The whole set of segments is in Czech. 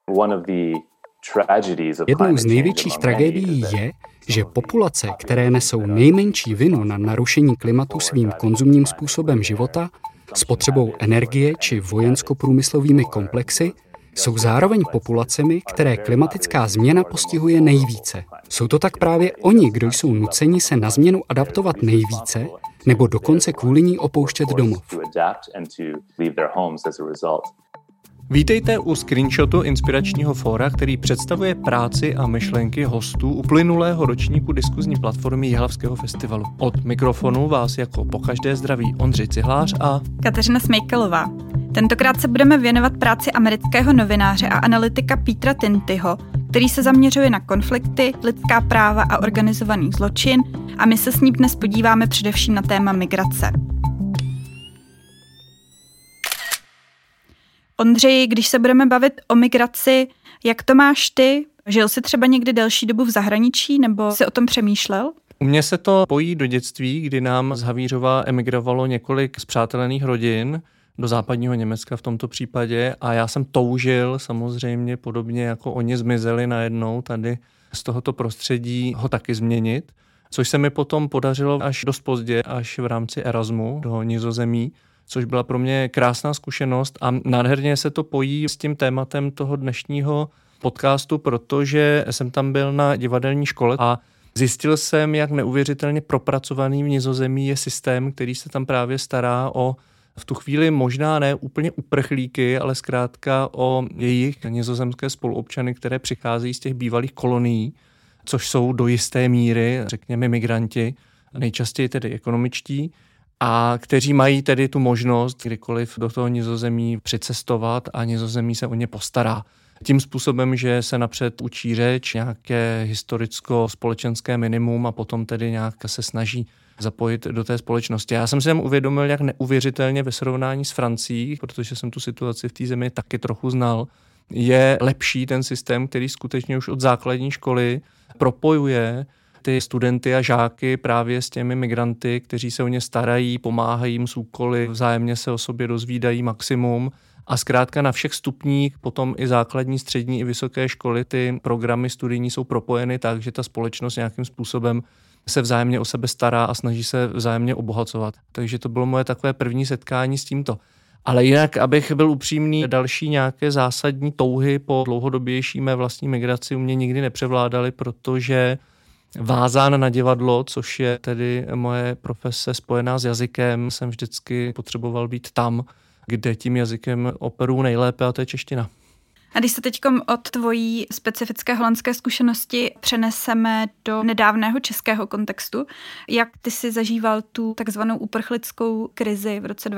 Jednou z největších tragédií je, že populace, které nesou nejmenší vinu na narušení klimatu svým konzumním způsobem života, spotřebou energie či vojensko-průmyslovými komplexy, jsou zároveň populacemi, které klimatická změna postihuje nejvíce. Jsou to tak právě oni, kdo jsou nuceni se na změnu adaptovat nejvíce, nebo dokonce kvůli ní opouštět domov. Vítejte u screenshotu Inspiračního fóra, který představuje práci a myšlenky hostů uplynulého ročníku diskuzní platformy Jihlavského festivalu. Od mikrofonu vás jako pokaždé zdraví Ondřej Cihlář a Kateřina Smejkalová. Tentokrát se budeme věnovat práci amerického novináře a analytika Petera Tintyho, který se zaměřuje na konflikty, lidská práva a organizovaný zločin, a my se s ním dnes podíváme především na téma migrace. Ondřeji, když se budeme bavit o migraci, jak to máš ty? Žil jsi třeba někdy delší dobu v zahraničí, nebo jsi o tom přemýšlel? U mě se to pojí do dětství, kdy nám z Havířova emigrovalo několik spřátelených rodin do západního Německa v tomto případě a já jsem toužil samozřejmě podobně jako oni zmizeli najednou tady z tohoto prostředí ho taky změnit, což se mi potom podařilo až dost pozdě, až v rámci Erasmu do Nizozemí, což byla pro mě krásná zkušenost a nádherně se to pojí s tím tématem toho dnešního podcastu, protože jsem tam byl na divadelní škole a zjistil jsem, jak neuvěřitelně propracovaný v Nizozemí je systém, který se tam právě stará o v tu chvíli možná ne úplně uprchlíky, ale zkrátka o jejich nizozemské spoluobčany, které přicházejí z těch bývalých kolonií, což jsou do jisté míry, řekněme, migranti, nejčastěji tedy ekonomičtí, a kteří mají tedy tu možnost kdykoliv do toho Nizozemí přicestovat a Nizozemí se o ně postará. Tím způsobem, že se napřed učí řeč, nějaké historicko-společenské minimum a potom tedy nějak se snaží zapojit do té společnosti. Já jsem si tam uvědomil, jak neuvěřitelně ve srovnání s Francií, protože jsem tu situaci v té zemi taky trochu znal, je lepší ten systém, který skutečně už od základní školy propojuje ty studenty a žáky právě s těmi migranty, kteří se o ně starají, pomáhají jim s úkoly, vzájemně se o sobě dozvídají maximum. A zkrátka na všech stupních, potom i základní, střední i vysoké školy, ty programy studijní jsou propojeny tak, že ta společnost nějakým způsobem se vzájemně o sebe stará a snaží se vzájemně obohacovat. Takže to bylo moje takové první setkání s tímto. Ale jinak, abych byl upřímný, další nějaké zásadní touhy po dlouhodobější mé vlastní migraci u mě nikdy nepřevládaly, protože vázán na divadlo, což je tedy moje profese spojená s jazykem, jsem vždycky potřeboval být tam, kde tím jazykem operuju nejlépe, a to je čeština. A když se teď od tvojí specifické holandské zkušenosti přeneseme do nedávného českého kontextu, jak ty jsi zažíval tu takzvanou uprchlickou krizi v roce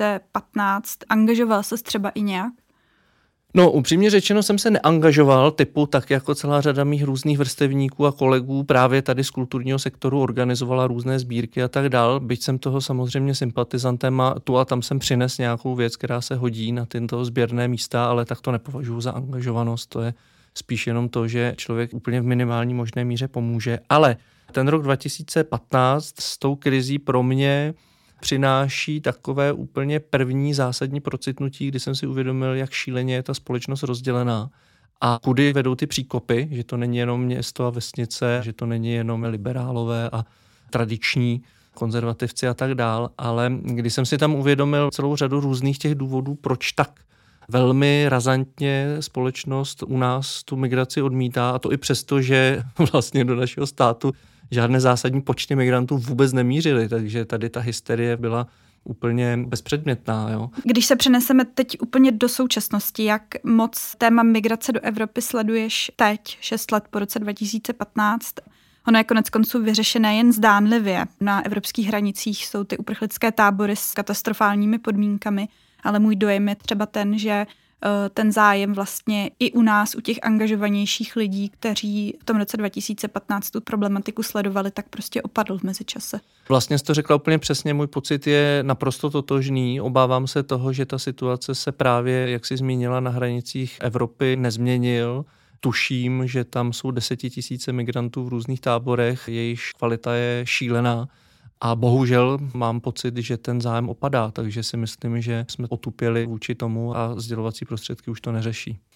2015? Angažoval ses třeba i nějak? No, upřímně řečeno jsem se neangažoval typu tak jako celá řada mých různých vrstevníků a kolegů právě tady z kulturního sektoru organizovala různé sbírky a tak dál, byť jsem toho samozřejmě sympatizantem a tu a tam jsem přines nějakou věc, která se hodí na tyto sběrné místa, ale tak to nepovažuji za angažovanost, to je spíš jenom to, že člověk úplně v minimální možné míře pomůže. Ale ten rok 2015 s tou krizí pro mě přináší takové úplně první zásadní procitnutí, kdy jsem si uvědomil, jak šíleně je ta společnost rozdělená a kudy vedou ty příkopy, že to není jenom město a vesnice, že to není jenom liberálové a tradiční konzervativci a tak dál, ale když jsem si tam uvědomil celou řadu různých těch důvodů, proč tak velmi razantně společnost u nás tu migraci odmítá, a to i přesto, že vlastně do našeho státu žádné zásadní počty migrantů vůbec nemířily, takže tady ta hysterie byla úplně bezpředmětná. Jo. Když se přeneseme teď úplně do současnosti, jak moc téma migrace do Evropy sleduješ teď, 6 let po roce 2015? Ono je koneckonců vyřešené jen zdánlivě. Na evropských hranicích jsou ty uprchlické tábory s katastrofálními podmínkami, ale můj dojem je třeba ten, že ten zájem vlastně i u nás, u těch angažovanějších lidí, kteří v tom roce 2015 tu problematiku sledovali, tak prostě opadl v mezičase. Vlastně jsi to řekla úplně přesně, můj pocit je naprosto totožný. Obávám se toho, že ta situace se právě, jak jsi zmínila, na hranicích Evropy nezměnil. Tuším, že tam jsou 10 000 migrantů v různých táborech, jejichž kvalita je šílená. A bohužel mám pocit, že ten zájem opadá, takže si myslím, že jsme otupěli vůči tomu a sdělovací prostředky už to neřeší.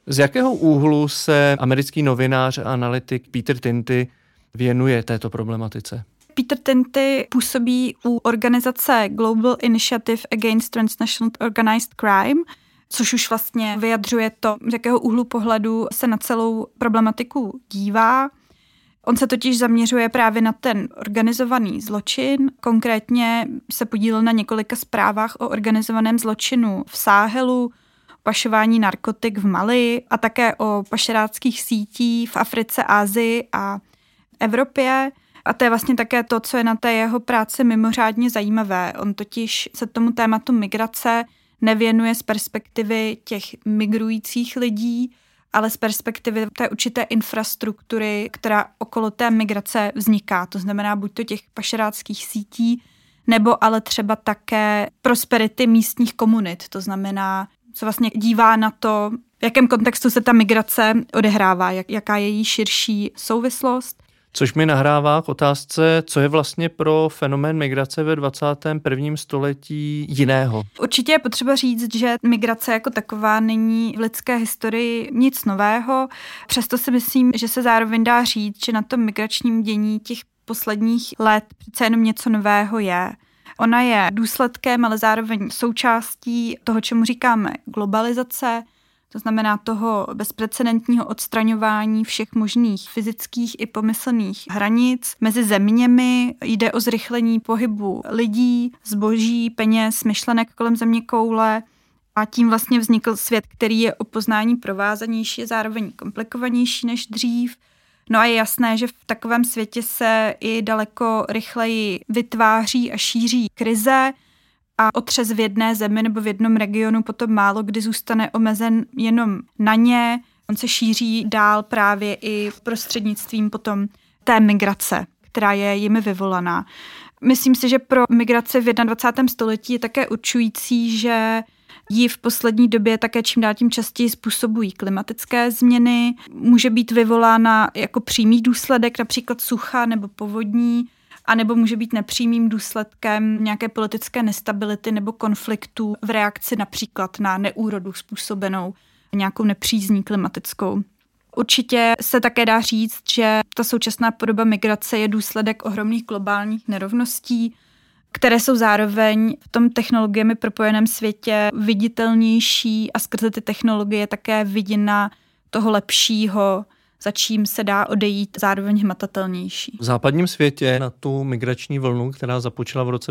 Z jakého úhlu se americký novinář a analytik Peter Tinty věnuje této problematice? Peter Tinty působí u organizace Global Initiative Against Transnational Organized Crime, což už vlastně vyjadřuje to, z jakého úhlu pohledu se na celou problematiku dívá. On se totiž zaměřuje právě na ten organizovaný zločin. Konkrétně se podílel na několika zprávách o organizovaném zločinu v Sáhelu, pašování narkotik v Mali a také o pašeráckých sítí v Africe, Asii a Evropě. A to je vlastně také to, co je na té jeho práci mimořádně zajímavé. On totiž se tomu tématu migrace nevěnuje z perspektivy těch migrujících lidí, ale z perspektivy té určité infrastruktury, která okolo té migrace vzniká. To znamená buď to těch pašeráckých sítí, nebo ale třeba také prosperity místních komunit. To znamená, co vlastně dívá na to, v jakém kontextu se ta migrace odehrává, jaká je její širší souvislost. Což mi nahrává k otázce, co je vlastně pro fenomén migrace ve 21. století jiného. Určitě je potřeba říct, že migrace jako taková není v lidské historii nic nového. Přesto si myslím, že se zároveň dá říct, že na tom migračním dění těch posledních let přece jenom něco nového je. Ona je důsledkem, ale zároveň součástí toho, čemu říkáme globalizace, to znamená toho bezprecedentního odstraňování všech možných fyzických i pomyslných hranic mezi zeměmi. Jde o zrychlení pohybu lidí, zboží, peněz, myšlenek kolem zeměkoule a tím vlastně vznikl svět, který je o poznání provázanější a zároveň komplikovanější než dřív. No a je jasné, že v takovém světě se i daleko rychleji vytváří a šíří krize, a otřes v jedné zemi nebo v jednom regionu potom málo kdy zůstane omezen jenom na ně. On se šíří dál právě i prostřednictvím potom té migrace, která je jimi vyvolaná. Myslím si, že pro migraci v 21. století je také určující, že ji v poslední době také čím dál tím častěji způsobují klimatické změny. Může být vyvolána jako přímý důsledek například sucha nebo povodní, a nebo může být nepřímým důsledkem nějaké politické nestability nebo konfliktu v reakci například na neúrodu způsobenou nějakou nepřízní klimatickou. Určitě se také dá říct, že ta současná podoba migrace je důsledek ohromných globálních nerovností, které jsou zároveň v tom technologiemi propojeném světě viditelnější a skrze ty technologie také viděna toho lepšího, za čím se dá odejít, zároveň hmatatelnější. V západním světě na tu migrační vlnu, která započala v roce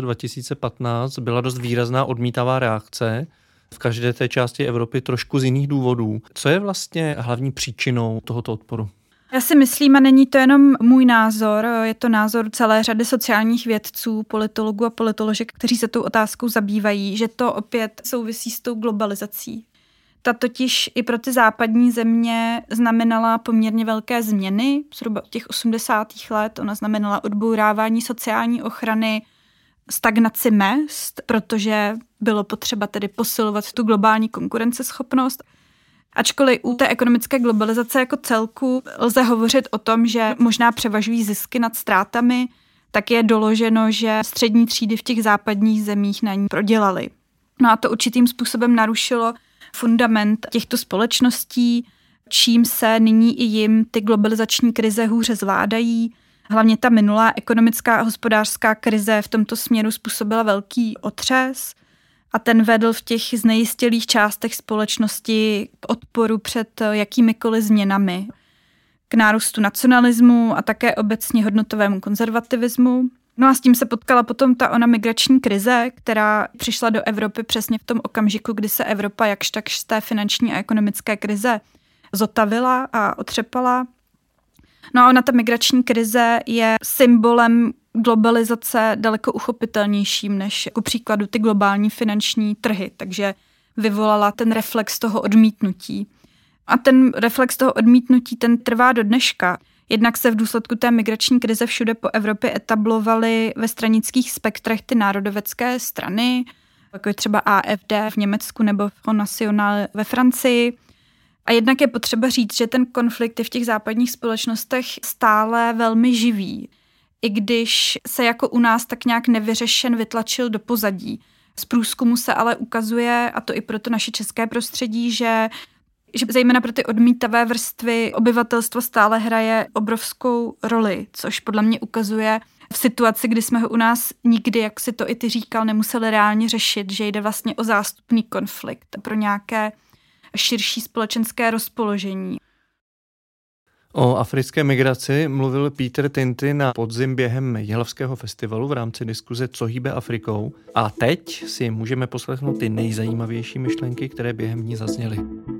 2015, byla dost výrazná odmítavá reakce. V každé té části Evropy trošku z jiných důvodů. Co je vlastně hlavní příčinou tohoto odporu? Já si myslím, a není to jenom můj názor, je to názor celé řady sociálních vědců, politologů a politoložek, kteří se tou otázkou zabývají, že to opět souvisí s tou globalizací. Ta totiž i pro ty západní země znamenala poměrně velké změny, zhruba od těch 80. let. Ona znamenala odbourávání sociální ochrany, stagnaci mezd, protože bylo potřeba tedy posilovat tu globální konkurenceschopnost. Ačkoliv u té ekonomické globalizace jako celku lze hovořit o tom, že možná převažují zisky nad ztrátami, tak je doloženo, že střední třídy v těch západních zemích na ní prodělaly. No a to určitým způsobem narušilo fundament těchto společností, čím se nyní i jim ty globalizační krize hůře zvládají. Hlavně ta minulá ekonomická a hospodářská krize v tomto směru způsobila velký otřes a ten vedl v těch znejistělých částech společnosti k odporu před jakýmikoliv změnami, k nárůstu nacionalismu a také obecně hodnotovému konzervativismu. No a s tím se potkala potom ta ona migrační krize, která přišla do Evropy přesně v tom okamžiku, kdy se Evropa jakž takž z té finanční a ekonomické krize zotavila a otřepala. No a ona ta migrační krize je symbolem globalizace daleko uchopitelnějším než ku příkladu ty globální finanční trhy, takže vyvolala ten reflex toho odmítnutí. A ten reflex toho odmítnutí, ten trvá do dneška. Jednak se v důsledku té migrační krize všude po Evropě etablovaly ve stranických spektrech ty národovecké strany, jako je třeba AfD v Německu nebo Front National ve Francii. A jednak je potřeba říct, že ten konflikt je v těch západních společnostech stále velmi živý, i když se jako u nás tak nějak nevyřešen vytlačil do pozadí. Z průzkumu se ale ukazuje, a to i pro to naše české prostředí, že že zejména pro ty odmítavé vrstvy obyvatelstvo stále hraje obrovskou roli, což podle mě ukazuje v situaci, kdy jsme ho u nás nikdy, jak si to i ty říkal, nemuseli reálně řešit, že jde vlastně o zástupný konflikt pro nějaké širší společenské rozpoložení. O africké migraci mluvil Peter Tinty na podzim během Jihlavského festivalu v rámci diskuze Co hýbe Afrikou. A teď si můžeme poslechnout ty nejzajímavější myšlenky, které během ní zazněly.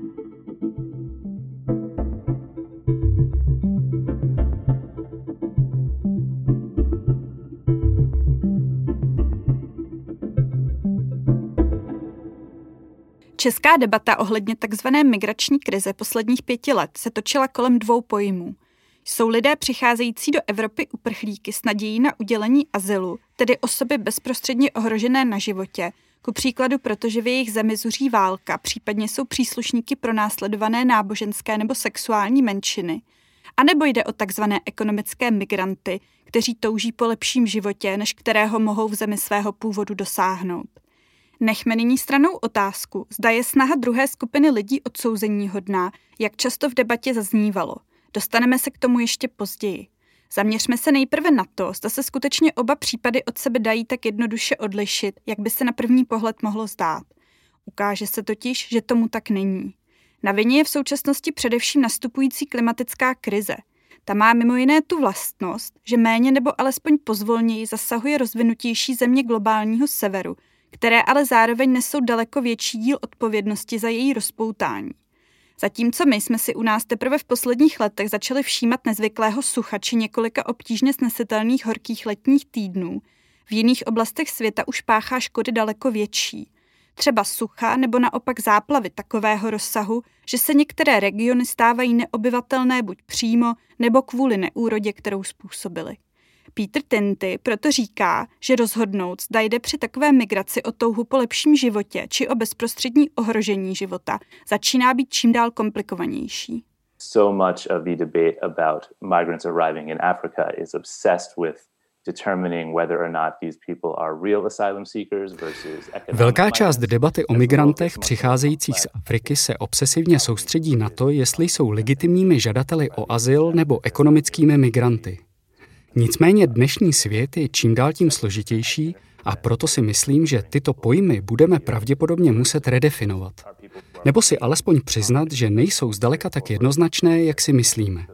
Česká debata ohledně takzvané migrační krize posledních 5 let se točila kolem 2 pojmů. Jsou lidé přicházející do Evropy uprchlíky s nadějí na udělení azylu, tedy osoby bezprostředně ohrožené na životě, ku příkladu protože v jejich zemi zuří válka, případně jsou příslušníky pronásledované náboženské nebo sexuální menšiny, anebo jde o takzvané ekonomické migranty, kteří touží po lepším životě, než kterého mohou v zemi svého původu dosáhnout. Nechme nyní stranou otázku, zda je snaha druhé skupiny lidí odsouzeníhodná, jak často v debatě zaznívalo. Dostaneme se k tomu ještě později. Zaměřme se nejprve na to, zda se skutečně oba případy od sebe dají tak jednoduše odlišit, jak by se na první pohled mohlo zdát. Ukáže se totiž, že tomu tak není. Na vině je v současnosti především nastupující klimatická krize. Ta má mimo jiné tu vlastnost, že méně nebo alespoň pozvolněji zasahuje rozvinutější země globálního severu, které ale zároveň nesou daleko větší díl odpovědnosti za její rozpoutání. Zatímco my jsme si u nás teprve v posledních letech začali všímat nezvyklého sucha či několika obtížně snesitelných horkých letních týdnů, v jiných oblastech světa už páchá škody daleko větší. Třeba sucha nebo naopak záplavy takového rozsahu, že se některé regiony stávají neobyvatelné buď přímo nebo kvůli neúrodě, kterou způsobily. Peter Tinty proto říká, že rozhodnout, zda jde při takové migraci o touhu po lepším životě či o bezprostřední ohrožení života, začíná být čím dál komplikovanější. So much of the debate about migrants arriving in Africa is obsessed with determining whether or not these people are real asylum seekers versus economic. Velká část debaty o migrantech přicházejících z Afriky se obsesivně soustředí na to, jestli jsou legitimními žadateli o azyl nebo ekonomickými migranty. Nicméně dnešní svět je čím dál tím složitější a proto si myslím, že tyto pojmy budeme pravděpodobně muset redefinovat. Nebo si alespoň přiznat, že nejsou zdaleka tak jednoznačné, jak si myslíme.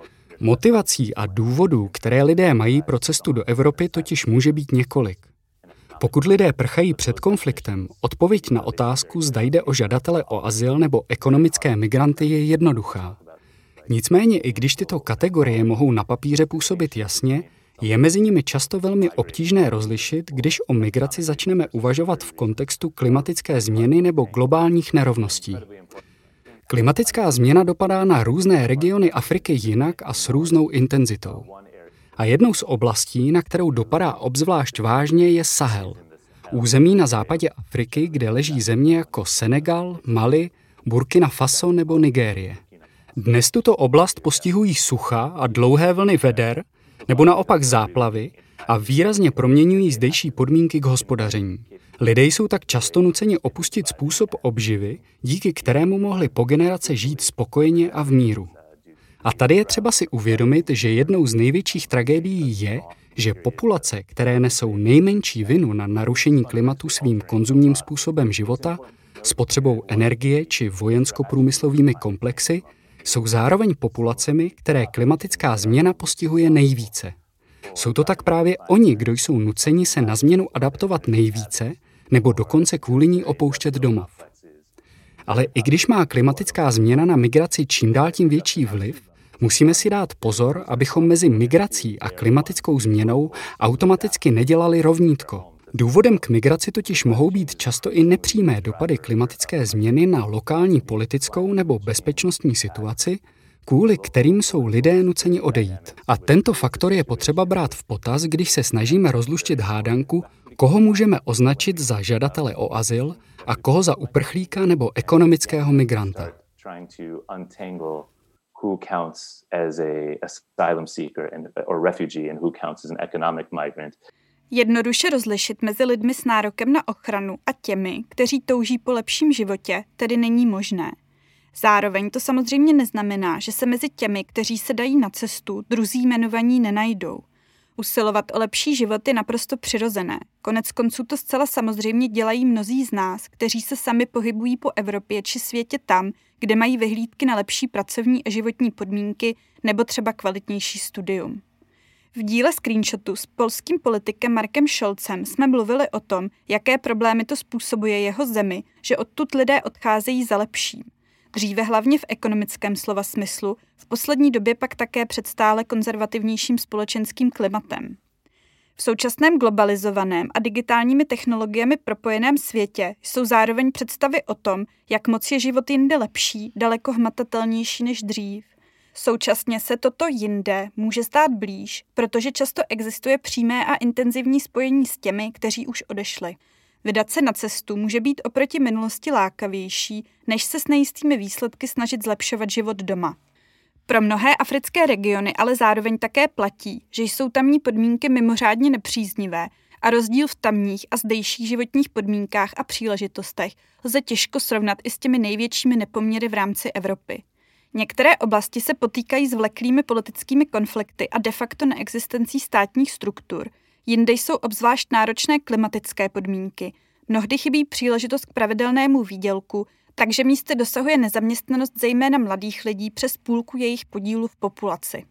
Motivací a důvodů, které lidé mají pro cestu do Evropy, totiž může být několik. Pokud lidé prchají před konfliktem, odpověď na otázku, zda jde o žadatele o azyl nebo ekonomické migranty, je jednoduchá. Nicméně, i když tyto kategorie mohou na papíře působit jasně, je mezi nimi často velmi obtížné rozlišit, když o migraci začneme uvažovat v kontextu klimatické změny nebo globálních nerovností. Klimatická změna dopadá na různé regiony Afriky jinak a s různou intenzitou. A jednou z oblastí, na kterou dopadá obzvlášť vážně, je Sahel. Území na západě Afriky, kde leží země jako Senegal, Mali, Burkina Faso nebo Nigérie. Dnes tuto oblast postihují sucha a dlouhé vlny veder, nebo naopak záplavy a výrazně proměňují zdejší podmínky k hospodaření. Lidé jsou tak často nuceni opustit způsob obživy, díky kterému mohli po generace žít spokojeně a v míru. A tady je třeba si uvědomit, že jednou z největších tragédií je, že populace, které nesou nejmenší vinu na narušení klimatu svým konzumním způsobem života, spotřebou energie či vojensko-průmyslovými komplexy, jsou zároveň populacemi, které klimatická změna postihuje nejvíce. Jsou to tak právě oni, kdo jsou nuceni se na změnu adaptovat nejvíce, nebo dokonce kvůli ní opouštět domov. Ale i když má klimatická změna na migraci čím dál tím větší vliv, musíme si dát pozor, abychom mezi migrací a klimatickou změnou automaticky nedělali rovnítko. Důvodem k migraci totiž mohou být často i nepřímé dopady klimatické změny na lokální politickou nebo bezpečnostní situaci, kvůli kterým jsou lidé nuceni odejít. A tento faktor je potřeba brát v potaz, když se snažíme rozluštit hádanku, koho můžeme označit za žadatele o azyl a koho za uprchlíka nebo ekonomického migranta. Who counts as a asylum seeker or refugee and who counts as an economic migrant. Jednoduše rozlišit mezi lidmi s nárokem na ochranu a těmi, kteří touží po lepším životě, tedy není možné. Zároveň to samozřejmě neznamená, že se mezi těmi, kteří se dají na cestu, druzí jmenovaní nenajdou. Usilovat o lepší život je naprosto přirozené. Koneckonců to zcela samozřejmě dělají mnozí z nás, kteří se sami pohybují po Evropě či světě tam, kde mají vyhlídky na lepší pracovní a životní podmínky nebo třeba kvalitnější studium. V díle Screenshotu s polským politikem Markem Scholzem jsme mluvili o tom, jaké problémy to způsobuje jeho zemi, že odtud lidé odcházejí za lepším. Dříve hlavně v ekonomickém slova smyslu, v poslední době pak také před stále konzervativnějším společenským klimatem. V současném globalizovaném a digitálními technologiemi propojeném světě jsou zároveň představy o tom, jak moc je život jinde lepší, daleko hmatatelnější než dřív. Současně se toto jinde může zdát blíž, protože často existuje přímé a intenzivní spojení s těmi, kteří už odešli. Vydat se na cestu může být oproti minulosti lákavější, než se s nejistými výsledky snažit zlepšovat život doma. Pro mnohé africké regiony ale zároveň také platí, že jsou tamní podmínky mimořádně nepříznivé a rozdíl v tamních a zdejších životních podmínkách a příležitostech lze těžko srovnat i s těmi největšími nepoměry v rámci Evropy. Některé oblasti se potýkají s vleklými politickými konflikty a de facto neexistencí státních struktur. Jinde jsou obzvlášť náročné klimatické podmínky. Mnohdy chybí příležitost k pravidelnému výdělku, takže místy dosahuje nezaměstnanost zejména mladých lidí přes půlku jejich podílu v populaci.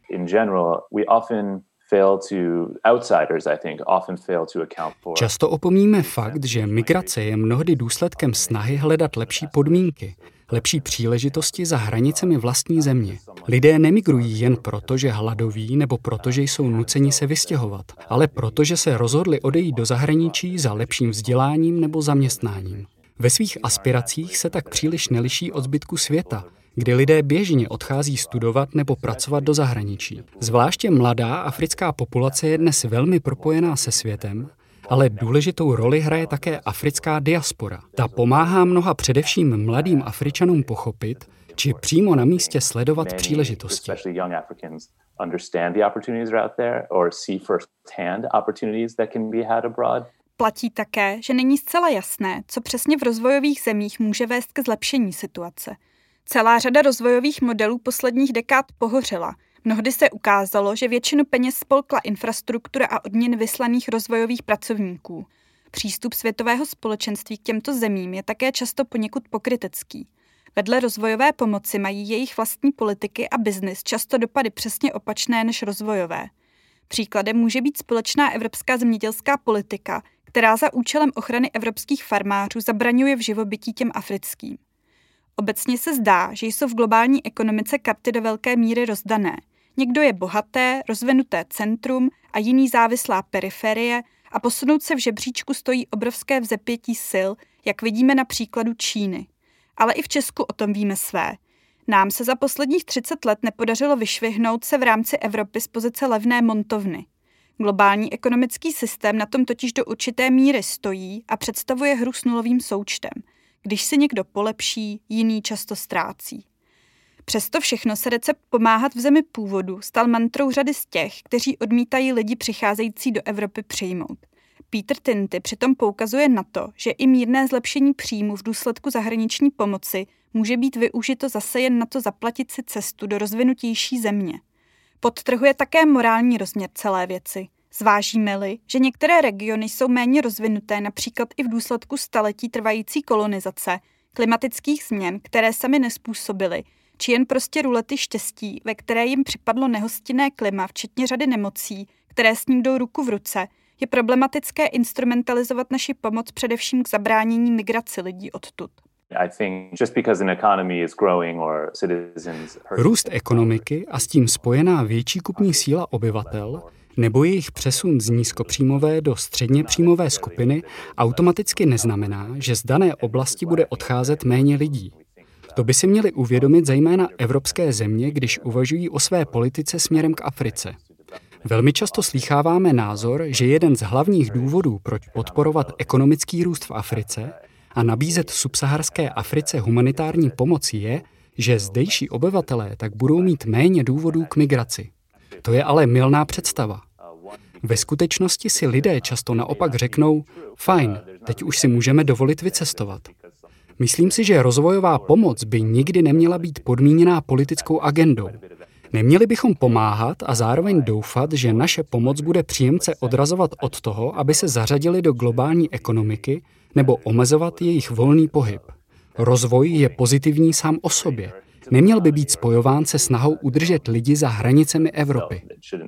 Často opomíjíme fakt, že migrace je mnohdy důsledkem snahy hledat lepší podmínky, lepší příležitosti za hranicemi vlastní země. Lidé nemigrují jen proto, že hladoví nebo proto, že jsou nuceni se vystěhovat, ale proto, že se rozhodli odejít do zahraničí za lepším vzděláním nebo zaměstnáním. Ve svých aspiracích se tak příliš neliší od zbytku světa, kdy lidé běžně odchází studovat nebo pracovat do zahraničí. Zvláště mladá africká populace je dnes velmi propojená se světem, ale důležitou roli hraje také africká diaspora. Ta pomáhá mnoha především mladým Afričanům pochopit, či přímo na místě sledovat příležitosti. Platí také, že není zcela jasné, co přesně v rozvojových zemích může vést ke zlepšení situace. Celá řada rozvojových modelů posledních dekád pohořela. Mnohdy se ukázalo, že většinu peněz spolkla infrastruktura a odměn vyslaných rozvojových pracovníků. Přístup světového společenství k těmto zemím je také často poněkud pokrytecký. Vedle rozvojové pomoci mají jejich vlastní politiky a biznis často dopady přesně opačné než rozvojové. Příkladem může být společná evropská zemědělská politika, která za účelem ochrany evropských farmářů zabraňuje v živobytí těm africkým. Obecně se zdá, že jsou v globální ekonomice karty do velké míry rozdané. Někdo je bohaté, rozvinuté centrum a jiný závislá periferie a posunout se v žebříčku stojí obrovské vzepětí sil, jak vidíme na příkladu Číny. Ale i v Česku o tom víme své. Nám se za posledních 30 let nepodařilo vyšvihnout se v rámci Evropy z pozice levné montovny. Globální ekonomický systém na tom totiž do určité míry stojí a představuje hru s nulovým součtem. Když si někdo polepší, jiný často ztrácí. Přesto všechno se recept pomáhat v zemi původu stal mantrou řady z těch, kteří odmítají lidi přicházející do Evropy přijmout. Peter Tinty přitom poukazuje na to, že i mírné zlepšení příjmu v důsledku zahraniční pomoci může být využito zase jen na to zaplatit si cestu do rozvinutější země. Podtrhuje také morální rozměr celé věci. Zvážíme-li, že některé regiony jsou méně rozvinuté například i v důsledku staletí trvající kolonizace, klimatických změn, které sami nezpůsobily, či jen prostě rulety štěstí, ve které jim připadlo nehostinné klima, včetně řady nemocí, které s ním jdou ruku v ruce, je problematické instrumentalizovat naši pomoc především k zabránění migraci lidí odtud. Růst ekonomiky a s tím spojená větší kupní síla obyvatel nebo jejich přesun z nízkopříjmové do středně příjmové skupiny automaticky neznamená, že z dané oblasti bude odcházet méně lidí. To by si měly uvědomit zejména evropské země, když uvažují o své politice směrem k Africe. Velmi často slýcháváme názor, že jeden z hlavních důvodů, proč podporovat ekonomický růst v Africe a nabízet subsaharské Africe humanitární pomoc je, že zdejší obyvatelé tak budou mít méně důvodů k migraci. To je ale mylná představa. Ve skutečnosti si lidé často naopak řeknou, fajn, teď už si můžeme dovolit vycestovat. Myslím si, že rozvojová pomoc by nikdy neměla být podmíněná politickou agendou. Neměli bychom pomáhat a zároveň doufat, že naše pomoc bude příjemce odrazovat od toho, aby se zařadili do globální ekonomiky nebo omezovat jejich volný pohyb. Rozvoj je pozitivní sám o sobě. Neměl by být spojován se snahou udržet lidi za hranicemi Evropy.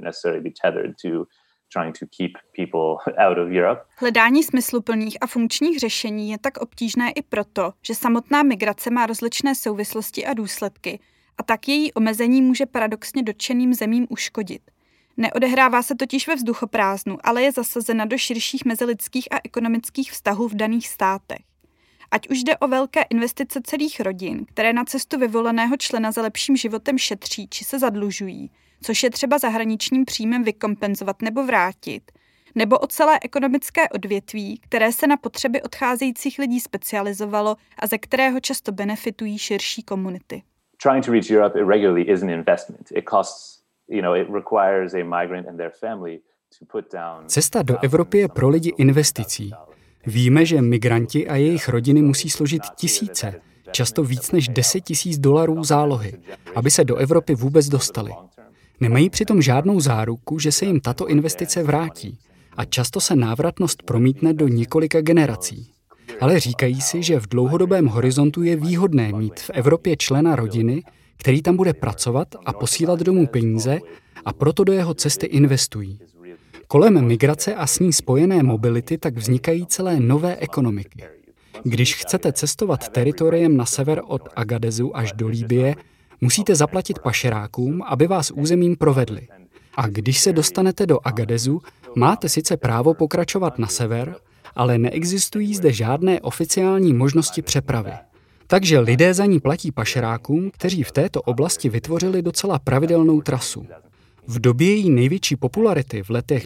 Hledání smysluplných a funkčních řešení je tak obtížné i proto, že samotná migrace má rozličné souvislosti a důsledky a tak její omezení může paradoxně dotčeným zemím uškodit. Neodehrává se totiž ve vzduchoprázdnu, ale je zasazena do širších mezilidských a ekonomických vztahů v daných státech. Ať už jde o velké investice celých rodin, které na cestu vyvoleného člena za lepším životem šetří či se zadlužují, což je třeba zahraničním příjmem vykompenzovat nebo vrátit, nebo o celé ekonomické odvětví, které se na potřeby odcházejících lidí specializovalo a ze kterého často benefitují širší komunity. Trying to reach Europe irregularly is an investment. It costs, it requires a migrant and their family to put down. Cesta do Evropy je pro lidi investicí. Víme, že migranti a jejich rodiny musí složit tisíce, často víc než $10,000 zálohy, aby se do Evropy vůbec dostali. Nemají přitom žádnou záruku, že se jim tato investice vrátí a často se návratnost promítne do několika generací. Ale říkají si, že v dlouhodobém horizontu je výhodné mít v Evropě člena rodiny, který tam bude pracovat a posílat domů peníze, a proto do jeho cesty investují. Kolem migrace a s ní spojené mobility tak vznikají celé nové ekonomiky. Když chcete cestovat teritoriem na sever od Agadezu až do Libye, musíte zaplatit pašerákům, aby vás územím provedli. A když se dostanete do Agadezu, máte sice právo pokračovat na sever, ale neexistují zde žádné oficiální možnosti přepravy. Takže lidé za ní platí pašerákům, kteří v této oblasti vytvořili docela pravidelnou trasu. V době její největší popularity v letech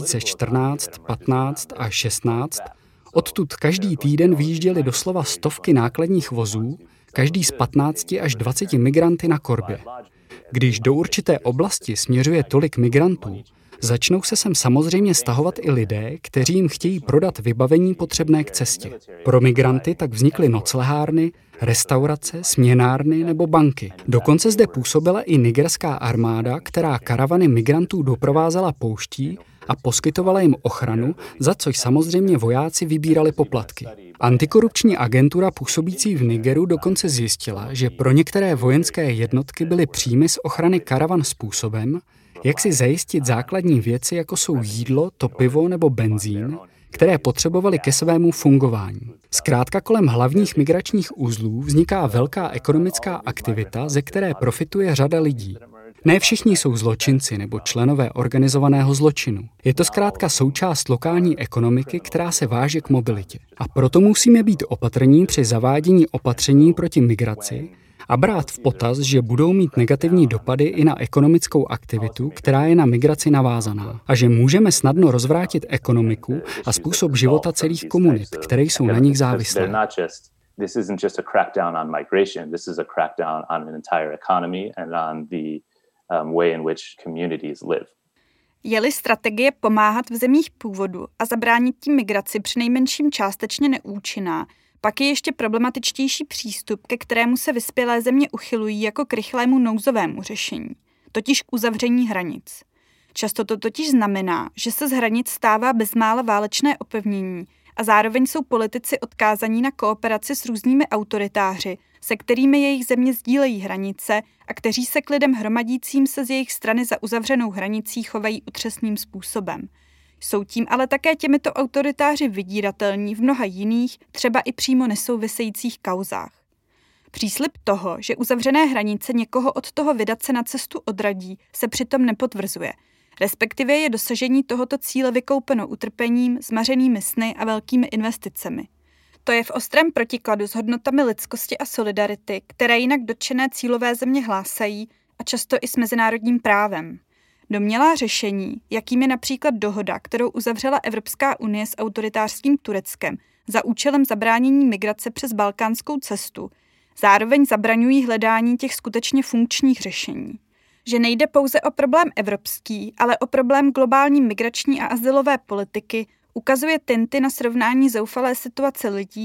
2014, 15 a 16 odtud každý týden vyjížděly doslova stovky nákladních vozů, každý z 15 až 20 migranty na korbě. Když do určité oblasti směřuje tolik migrantů, začnou se sem samozřejmě stahovat i lidé, kteří jim chtějí prodat vybavení potřebné k cestě. Pro migranty tak vznikly noclehárny, restaurace, směnárny nebo banky. Dokonce zde působila i nigerská armáda, která karavany migrantů doprovázela pouští a poskytovala jim ochranu, za což samozřejmě vojáci vybírali poplatky. Antikorupční agentura působící v Nigeru dokonce zjistila, že pro některé vojenské jednotky byly příjmy z ochrany karavan způsobem, jak si zajistit základní věci, jako jsou jídlo, topivo nebo benzín, které potřebovali ke svému fungování. Zkrátka kolem hlavních migračních uzlů vzniká velká ekonomická aktivita, ze které profituje řada lidí. Ne všichni jsou zločinci nebo členové organizovaného zločinu. Je to zkrátka součást lokální ekonomiky, která se váže k mobilitě. A proto musíme být opatrní při zavádění opatření proti migraci a brát v potaz, že budou mít negativní dopady i na ekonomickou aktivitu, která je na migraci navázaná. A že můžeme snadno rozvrátit ekonomiku a způsob života celých komunit, které jsou na nich závislé. This isn't just a crackdown on migration, this is a crackdown on an entire economy and on the way in which communities live. Je-li strategie pomáhat v zemích původu a zabránit tím migraci přinejmenším částečně neúčinná, pak je ještě problematičtější přístup, ke kterému se vyspělé země uchylují jako k rychlému nouzovému řešení, totiž k uzavření hranic. Často to totiž znamená, že se z hranic stává bezmála válečné opevnění a zároveň jsou politici odkázaní na kooperaci s různými autoritáři, se kterými jejich země sdílejí hranice a kteří se k lidem hromadícím se z jejich strany za uzavřenou hranicí chovají otřesným způsobem. Jsou tím ale také těmito autoritáři vydíratelní v mnoha jiných, třeba i přímo nesouvisejících kauzách. Příslib toho, že uzavřené hranice někoho od toho vydat se na cestu odradí, se přitom nepotvrzuje. Respektive je dosažení tohoto cíle vykoupeno utrpením, zmařenými sny a velkými investicemi. To je v ostrém protikladu s hodnotami lidskosti a solidarity, které jinak dotčené cílové země hlásají a často i s mezinárodním právem. Domnělá řešení, jakým je například dohoda, kterou uzavřela Evropská unie s autoritářským Tureckem za účelem zabránění migrace přes balkánskou cestu, zároveň zabraňují hledání těch skutečně funkčních řešení. Že nejde pouze o problém evropský, ale o problém globální migrační a azylové politiky, ukazuje Tinty na srovnání zoufalé situace lidí,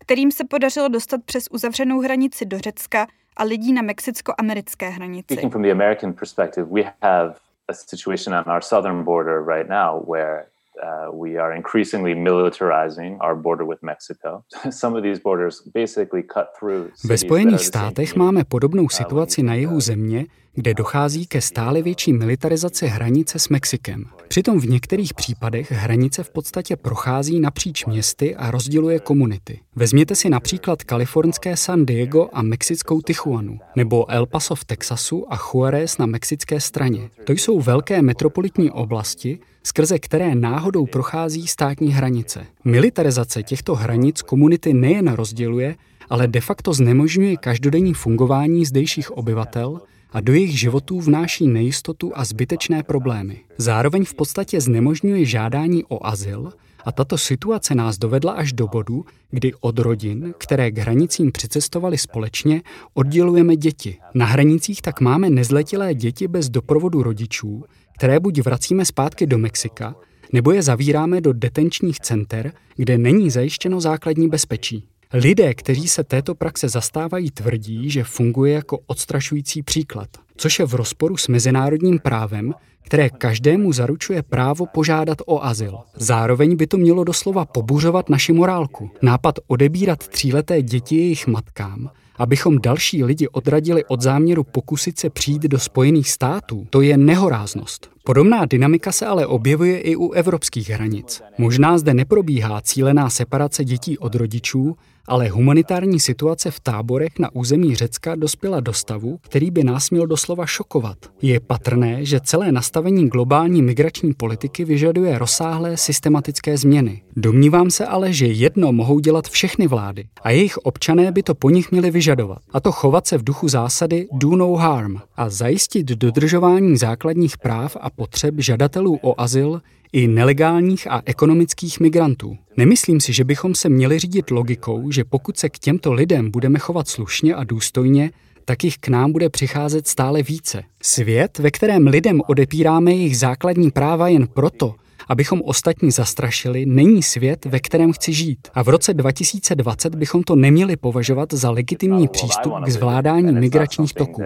kterým se podařilo dostat přes uzavřenou hranici do Řecka a lidí na mexicko-americké hranici. Speaking from the American perspective, we have a situation on our southern border right now where we are increasingly militarizing our border with Mexico. Some of these borders basically cut through. Ve Spojených státech máme podobnou situaci na jihu země, kde dochází ke stále větší militarizaci hranice s Mexikem. Přitom v některých případech hranice v podstatě prochází napříč městy a rozděluje komunity. Vezměte si například kalifornské San Diego a mexickou Tijuanu, nebo El Paso v Texasu a Juárez na mexické straně. To jsou velké metropolitní oblasti, skrze které náhodou prochází státní hranice. Militarizace těchto hranic komunity nejen rozděluje, ale de facto znemožňuje každodenní fungování zdejších obyvatel a do jejich životů vnáší nejistotu a zbytečné problémy. Zároveň v podstatě znemožňuje žádání o azyl a tato situace nás dovedla až do bodu, kdy od rodin, které k hranicím přicestovaly společně, oddělujeme děti. Na hranicích tak máme nezletilé děti bez doprovodu rodičů, které buď vracíme zpátky do Mexika, nebo je zavíráme do detenčních center, kde není zajištěno základní bezpečí. Lidé, kteří se této praxe zastávají, tvrdí, že funguje jako odstrašující příklad, což je v rozporu s mezinárodním právem, které každému zaručuje právo požádat o azyl. Zároveň by to mělo doslova pobuřovat naši morálku. Nápad odebírat 3leté děti jejich matkám, abychom další lidi odradili od záměru pokusit se přijít do Spojených států, to je nehoráznost. Podobná dynamika se ale objevuje i u evropských hranic. Možná zde neprobíhá cílená separace dětí od rodičů, ale humanitární situace v táborech na území Řecka dospěla do stavu, který by nás měl doslova šokovat. Je patrné, že celé nastavení globální migrační politiky vyžaduje rozsáhlé systematické změny. Domnívám se ale, že jedno mohou dělat všechny vlády a jejich občané by to po nich měli vyžadovat. A to chovat se v duchu zásady do no harm a zajistit dodržování základních práv a potřeb žadatelů o azyl i nelegálních a ekonomických migrantů. Nemyslím si, že bychom se měli řídit logikou, že pokud se k těmto lidem budeme chovat slušně a důstojně, tak jich k nám bude přicházet stále více. Svět, ve kterém lidem odepíráme jejich základní práva jen proto, abychom ostatní zastrašili, není svět, ve kterém chci žít. A v roce 2020 bychom to neměli považovat za legitimní přístup k zvládání migračních toků.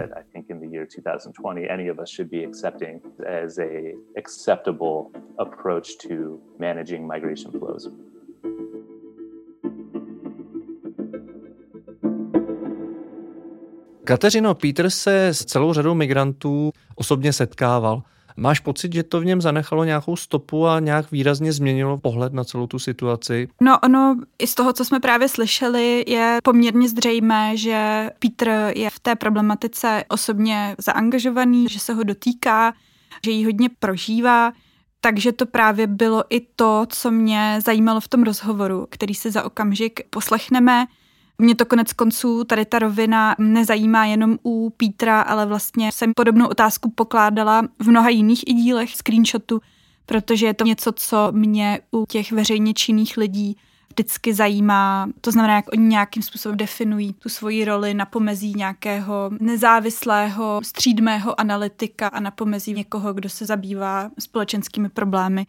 Kateřino, Peter se s celou řadou migrantů osobně setkával. Máš pocit, že to v něm zanechalo nějakou stopu a nějak výrazně změnilo pohled na celou tu situaci? No ono, i z toho, co jsme právě slyšeli, je poměrně zřejmé, že Peter je v té problematice osobně zaangažovaný, že se ho dotýká, že ji hodně prožívá, takže to právě bylo i to, co mě zajímalo v tom rozhovoru, který si za okamžik poslechneme. Mě to konec konců, tady ta rovina nezajímá jenom u Petra, ale vlastně jsem podobnou otázku pokládala v mnoha jiných i dílech screenshotu, protože je to něco, co mě u těch veřejně činných lidí vždycky zajímá. To znamená, jak oni nějakým způsobem definují tu svoji roli na pomezí nějakého nezávislého, střídmého analytika a na pomezí někoho, kdo se zabývá společenskými problémy.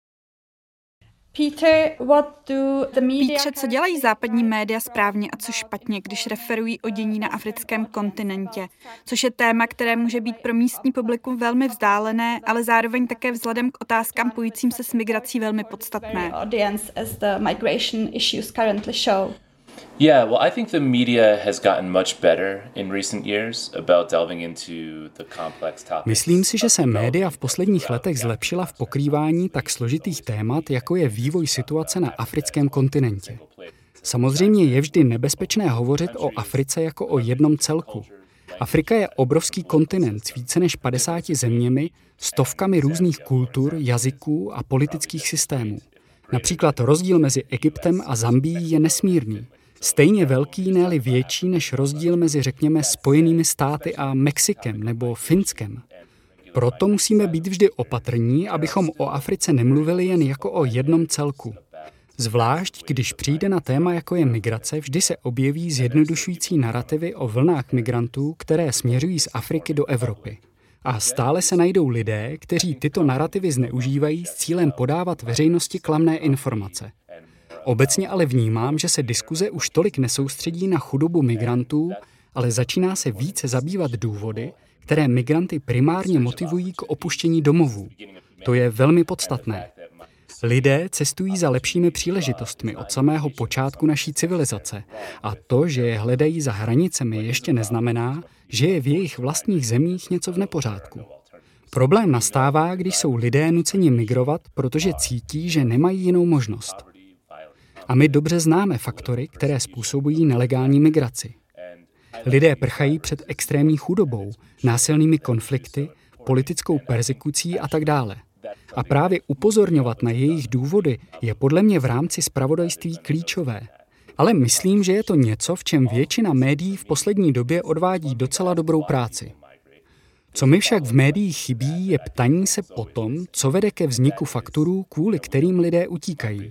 Pítře, co dělají západní média správně a co špatně, když referují o dění na africkém kontinentě, což je téma, které může být pro místní publikum velmi vzdálené, ale zároveň také vzhledem k otázkám pojícím se s migrací velmi podstatné. Yeah, well, I think the media has gotten much better in recent years about delving into the complex topics. Myslím si, že se média v posledních letech zlepšila v pokrývání tak složitých témat, jako je vývoj situace na africkém kontinentě. Samozřejmě je vždy nebezpečné hovořit o Africe jako o jednom celku. Afrika je obrovský kontinent s více než 50 zeměmi, stovkami různých kultur, jazyků a politických systémů. Například rozdíl mezi Egyptem a Zambií je nesmírný. Stejně velký, ne-li větší než rozdíl mezi, řekněme, Spojenými státy a Mexikem nebo Finskem. Proto musíme být vždy opatrní, abychom o Africe nemluvili jen jako o jednom celku. Zvlášť, když přijde na téma, jako je migrace, vždy se objeví zjednodušující narrativy o vlnách migrantů, které směřují z Afriky do Evropy. A stále se najdou lidé, kteří tyto narrativy zneužívají s cílem podávat veřejnosti klamné informace. Obecně ale vnímám, že se diskuze už tolik nesoustředí na chudobu migrantů, ale začíná se více zabývat důvody, které migranty primárně motivují k opuštění domovů. To je velmi podstatné. Lidé cestují za lepšími příležitostmi od samého počátku naší civilizace a to, že je hledají za hranicemi, ještě neznamená, že je v jejich vlastních zemích něco v nepořádku. Problém nastává, když jsou lidé nuceni migrovat, protože cítí, že nemají jinou možnost. A my dobře známe faktory, které způsobují nelegální migraci. Lidé prchají před extrémní chudobou, násilnými konflikty, politickou perzekucí a tak dále. A právě upozorňovat na jejich důvody je podle mě v rámci zpravodajství klíčové. Ale myslím, že je to něco, v čem většina médií v poslední době odvádí docela dobrou práci. Co mi však v médiích chybí, je ptaní se po tom, co vede ke vzniku faktorů, kvůli kterým lidé utíkají.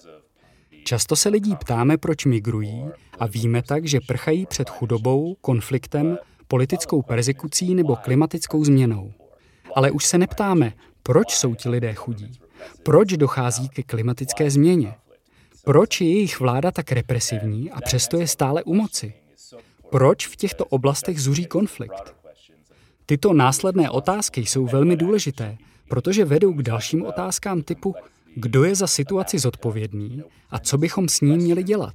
Často se lidí ptáme, proč migrují a víme tak, že prchají před chudobou, konfliktem, politickou perzekucí nebo klimatickou změnou. Ale už se neptáme, proč jsou ti lidé chudí, proč dochází ke klimatické změně, proč je jejich vláda tak represivní a přesto je stále u moci, proč v těchto oblastech zuří konflikt. Tyto následné otázky jsou velmi důležité, protože vedou k dalším otázkám typu, kdo je za situaci zodpovědný a co bychom s ním měli dělat.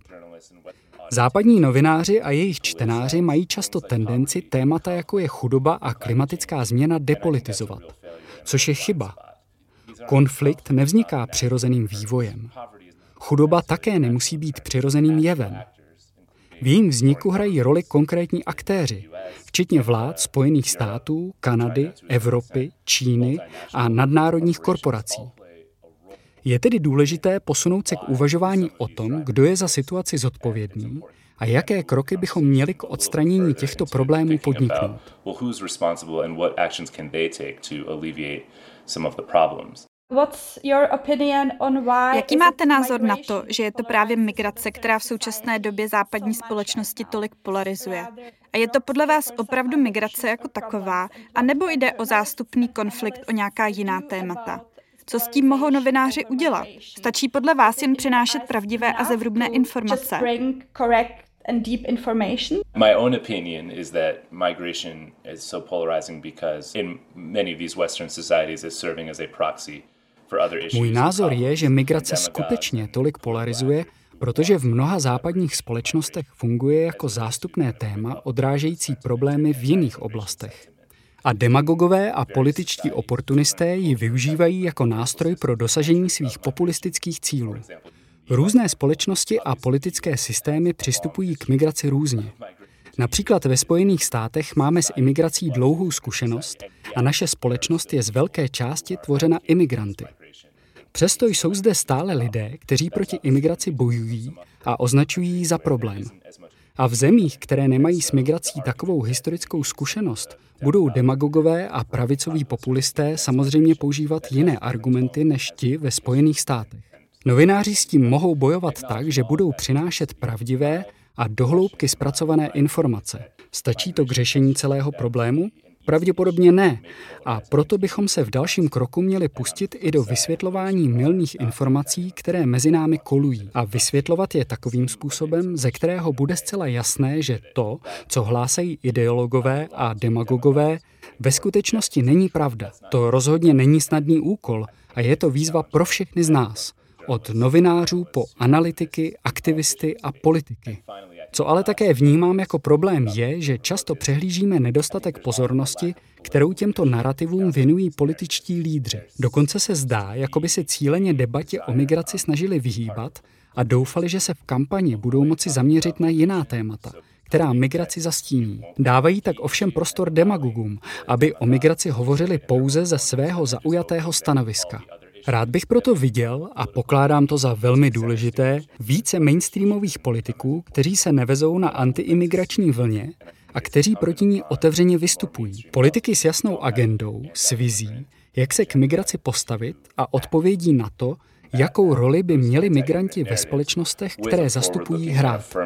Západní novináři a jejich čtenáři mají často tendenci témata, jako je chudoba a klimatická změna, depolitizovat, což je chyba. Konflikt nevzniká přirozeným vývojem. Chudoba také nemusí být přirozeným jevem. V jejím vzniku hrají roli konkrétní aktéři, včetně vlád Spojených států, Kanady, Evropy, Číny a nadnárodních korporací. Je tedy důležité posunout se k uvažování o tom, kdo je za situaci zodpovědný a jaké kroky bychom měli k odstranění těchto problémů podniknout. Jaký máte názor na to, že je to právě migrace, která v současné době západní společnosti tolik polarizuje? A je to podle vás opravdu migrace jako taková, anebo jde o zástupný konflikt, o nějaká jiná témata? Co s tím mohou novináři udělat? Stačí podle vás jen přinášet pravdivé a zevrubné informace? My own opinion is that migration is so polarizing because in many of these Western societies it's serving as a proxy for other issues. Můj názor je, že migrace skutečně tolik polarizuje, protože v mnoha západních společnostech funguje jako zástupné téma odrážející problémy v jiných oblastech. A demagogové a političtí oportunisté ji využívají jako nástroj pro dosažení svých populistických cílů. Různé společnosti a politické systémy přistupují k migraci různě. Například ve Spojených státech máme s imigrací dlouhou zkušenost a naše společnost je z velké části tvořena imigranty. Přesto jsou zde stále lidé, kteří proti imigraci bojují a označují ji za problém. A v zemích, které nemají s migrací takovou historickou zkušenost, budou demagogové a pravicoví populisté samozřejmě používat jiné argumenty než ti ve Spojených státech. Novináři s tím mohou bojovat tak, že budou přinášet pravdivé a dohloubky zpracované informace. Stačí to k řešení celého problému? Pravděpodobně ne. A proto bychom se v dalším kroku měli pustit i do vysvětlování mylných informací, které mezi námi kolují. A vysvětlovat je takovým způsobem, ze kterého bude zcela jasné, že to, co hlásají ideologové a demagogové, ve skutečnosti není pravda. To rozhodně není snadný úkol a je to výzva pro všechny z nás. Od novinářů po analytiky, aktivisty a politiky. Co ale také vnímám jako problém je, že často přehlížíme nedostatek pozornosti, kterou těmto narativům věnují političtí lídři. Dokonce se zdá, jako by se cíleně debatě o migraci snažili vyhýbat a doufali, že se v kampani budou moci zaměřit na jiná témata, která migraci zastíní. Dávají tak ovšem prostor demagogům, aby o migraci hovořili pouze ze svého zaujatého stanoviska. Rád bych proto viděl, a pokládám to za velmi důležité, více mainstreamových politiků, kteří se nevezou na antiimigrační vlně a kteří proti ní otevřeně vystupují. Politiky s jasnou agendou, s vizí, jak se k migraci postavit a odpovědí na to, jakou roli by měli migranti ve společnostech, které zastupují, hrát.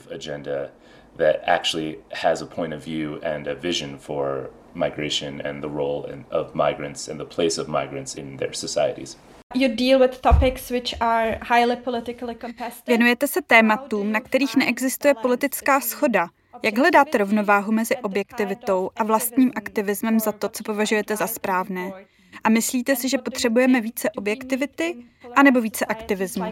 That actually has a point of view and a vision for migration and the role of migrants and the place of migrants in their societies. Věnujete se tématům, na kterých neexistuje politická shoda. Jak hledáte rovnováhu mezi objektivitou a vlastním aktivismem za to, co považujete za správné? A myslíte si, že potřebujeme více objektivity anebo více aktivismu?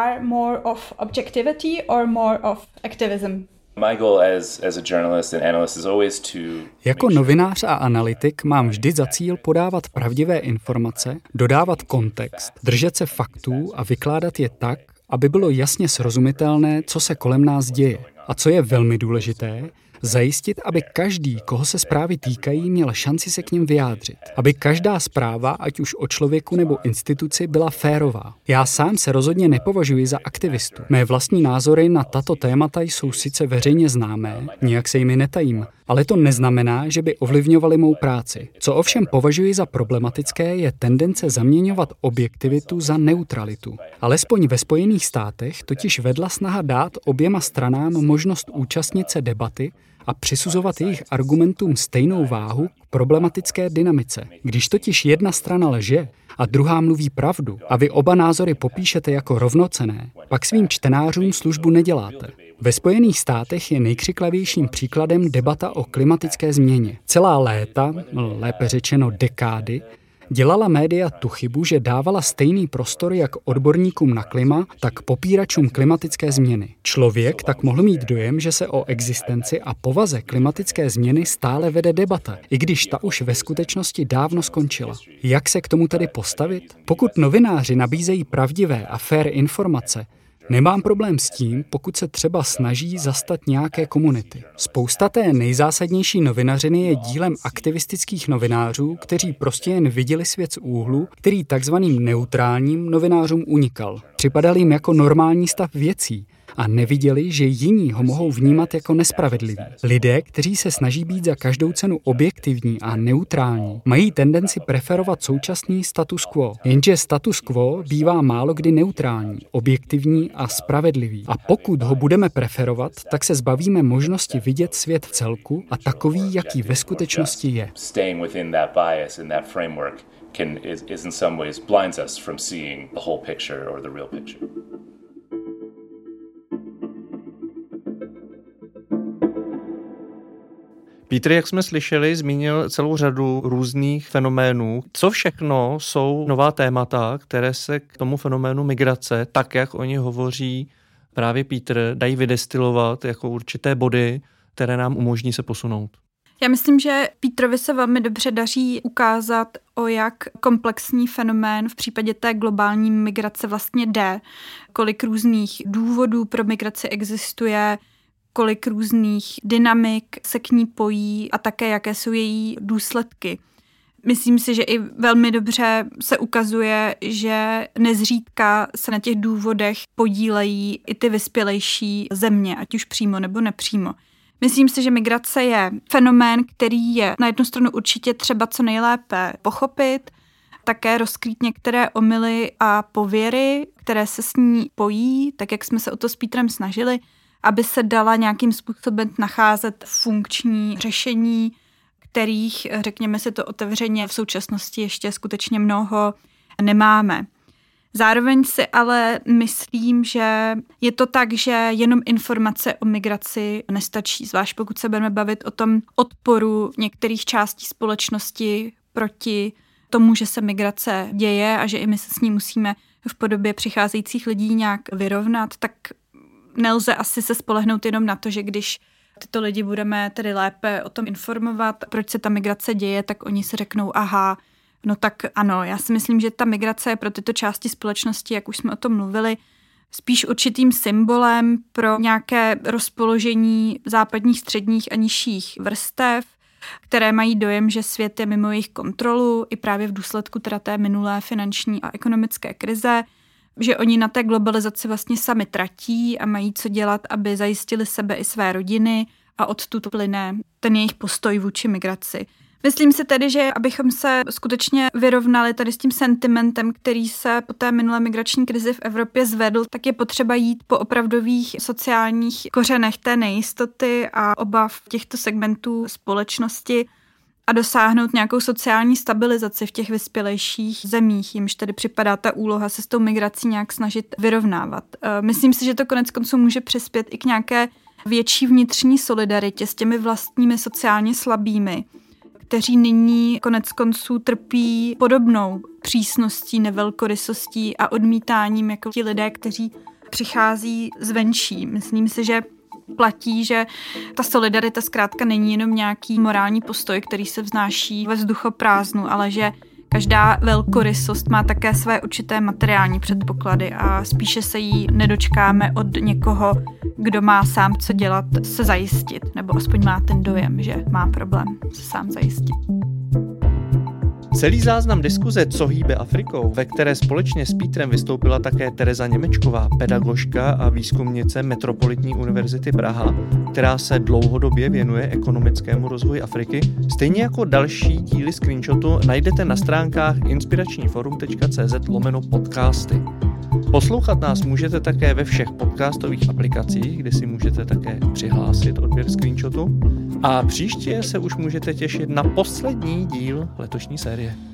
Jako novinář a analytik mám vždy za cíl podávat pravdivé informace, dodávat kontext, držet se faktů a vykládat je tak, aby bylo jasně srozumitelné, co se kolem nás děje. A co je velmi důležité, zajistit, aby každý, koho se zprávy týkají, měl šanci se k nim vyjádřit. Aby každá zpráva, ať už o člověku nebo instituci, byla férová. Já sám se rozhodně nepovažuji za aktivistu. Mé vlastní názory na tato témata jsou sice veřejně známé, nijak se jimi netajím, ale to neznamená, že by ovlivňovaly mou práci. Co ovšem považuji za problematické, je tendence zaměňovat objektivitu za neutralitu. Alespoň ve Spojených státech totiž vedla snaha dát oběma stranám možnost účastnit se debaty a přisuzovat jejich argumentům stejnou váhu k problematické dynamice. Když totiž jedna strana lže a druhá mluví pravdu a vy oba názory popíšete jako rovnocenné, pak svým čtenářům službu neděláte. Ve Spojených státech je nejkřiklavějším příkladem debata o klimatické změně. Celá léta, lépe řečeno dekády, dělala média tu chybu, že dávala stejný prostor jak odborníkům na klima, tak popíračům klimatické změny. Člověk tak mohl mít dojem, že se o existenci a povaze klimatické změny stále vede debata, i když ta už ve skutečnosti dávno skončila. Jak se k tomu tedy postavit? Pokud novináři nabízejí pravdivé a fair informace, nemám problém s tím, pokud se třeba snaží zastat nějaké komunity. Spousta té nejzásadnější novinařiny je dílem aktivistických novinářů, kteří prostě jen viděli svět z úhlu, který takzvaným neutrálním novinářům unikal. Připadal jim jako normální stav věcí a neviděli, že jiní ho mohou vnímat jako nespravedlivý. Lidé, kteří se snaží být za každou cenu objektivní a neutrální, mají tendenci preferovat současný status quo. Jenže status quo bývá málo kdy neutrální, objektivní a spravedlivý. A pokud ho budeme preferovat, tak se zbavíme možnosti vidět svět v celku a takový, jaký ve skutečnosti je. Is in some ways blinds us from seeing the whole picture or the real picture. Petr, jak jsme slyšeli, zmínil celou řadu různých fenoménů. Co všechno jsou nová témata, které se k tomu fenoménu migrace, tak jak o ně hovoří právě Petr, dají vydestilovat jako určité body, které nám umožní se posunout? Já myslím, že Petrovi se velmi dobře daří ukázat, o jak komplexní fenomén v případě té globální migrace vlastně jde, kolik různých důvodů pro migraci existuje, kolik různých dynamik se k ní pojí a také jaké jsou její důsledky. Myslím si, že i velmi dobře se ukazuje, že nezřídka se na těch důvodech podílejí i ty vyspělejší země, ať už přímo nebo nepřímo. Myslím si, že migrace je fenomén, který je na jednu stranu určitě třeba co nejlépe pochopit, také rozkrýt některé omyly a pověry, které se s ní pojí, tak jak jsme se o to s Petrem snažili, aby se dala nějakým způsobem nacházet funkční řešení, kterých, řekněme si to otevřeně, v současnosti ještě skutečně mnoho nemáme. Zároveň si ale myslím, že je to tak, že jenom informace o migraci nestačí, zvlášť pokud se budeme bavit o tom odporu některých částí společnosti proti tomu, že se migrace děje a že i my se s ní musíme v podobě přicházejících lidí nějak vyrovnat, tak nelze asi se spolehnout jenom na to, že když tyto lidi budeme tedy lépe o tom informovat, proč se ta migrace děje, tak oni si řeknou, aha, no tak ano, já si myslím, že ta migrace je pro tyto části společnosti, jak už jsme o tom mluvili, spíš určitým symbolem pro nějaké rozpoložení západních, středních a nižších vrstev, které mají dojem, že svět je mimo jejich kontrolu i právě v důsledku teda té minulé finanční a ekonomické krize, že oni na té globalizaci vlastně sami tratí a mají co dělat, aby zajistili sebe i své rodiny a odtud plyne ten jejich postoj vůči migraci. Myslím si tedy, že abychom se skutečně vyrovnali tady s tím sentimentem, který se po té minulé migrační krizi v Evropě zvedl, tak je potřeba jít po opravdových sociálních kořenech té nejistoty a obav těchto segmentů společnosti a dosáhnout nějakou sociální stabilizaci v těch vyspělejších zemích, jimž tedy připadá ta úloha se s tou migrací nějak snažit vyrovnávat. Myslím si, že to konec konců může přispět i k nějaké větší vnitřní solidaritě s těmi vlastními sociálně slabými, kteří nyní konec konců trpí podobnou přísností, nevelkorysostí a odmítáním jako ti lidé, kteří přichází zvenčí. Myslím si, že platí, že ta solidarita zkrátka není jenom nějaký morální postoj, který se vznáší ve vzduchoprázdnu, ale že každá velkorysost má také své určité materiální předpoklady a spíše se jí nedočkáme od někoho, kdo má sám co dělat, se zajistit, nebo aspoň má ten dojem, že má problém se sám zajistit. Celý záznam diskuze Co hýbe Afrikou, ve které společně s Pítrem vystoupila také Tereza Němečková, pedagožka a výzkumnice Metropolitní univerzity Praha, která se dlouhodobě věnuje ekonomickému rozvoji Afriky, stejně jako další díly Screenshotu najdete na stránkách inspiračniforum.cz/podcasty. Poslouchat nás můžete také ve všech podcastových aplikacích, kde si můžete také přihlásit odběr Screenshotu. A příště se už můžete těšit na poslední díl letošní série.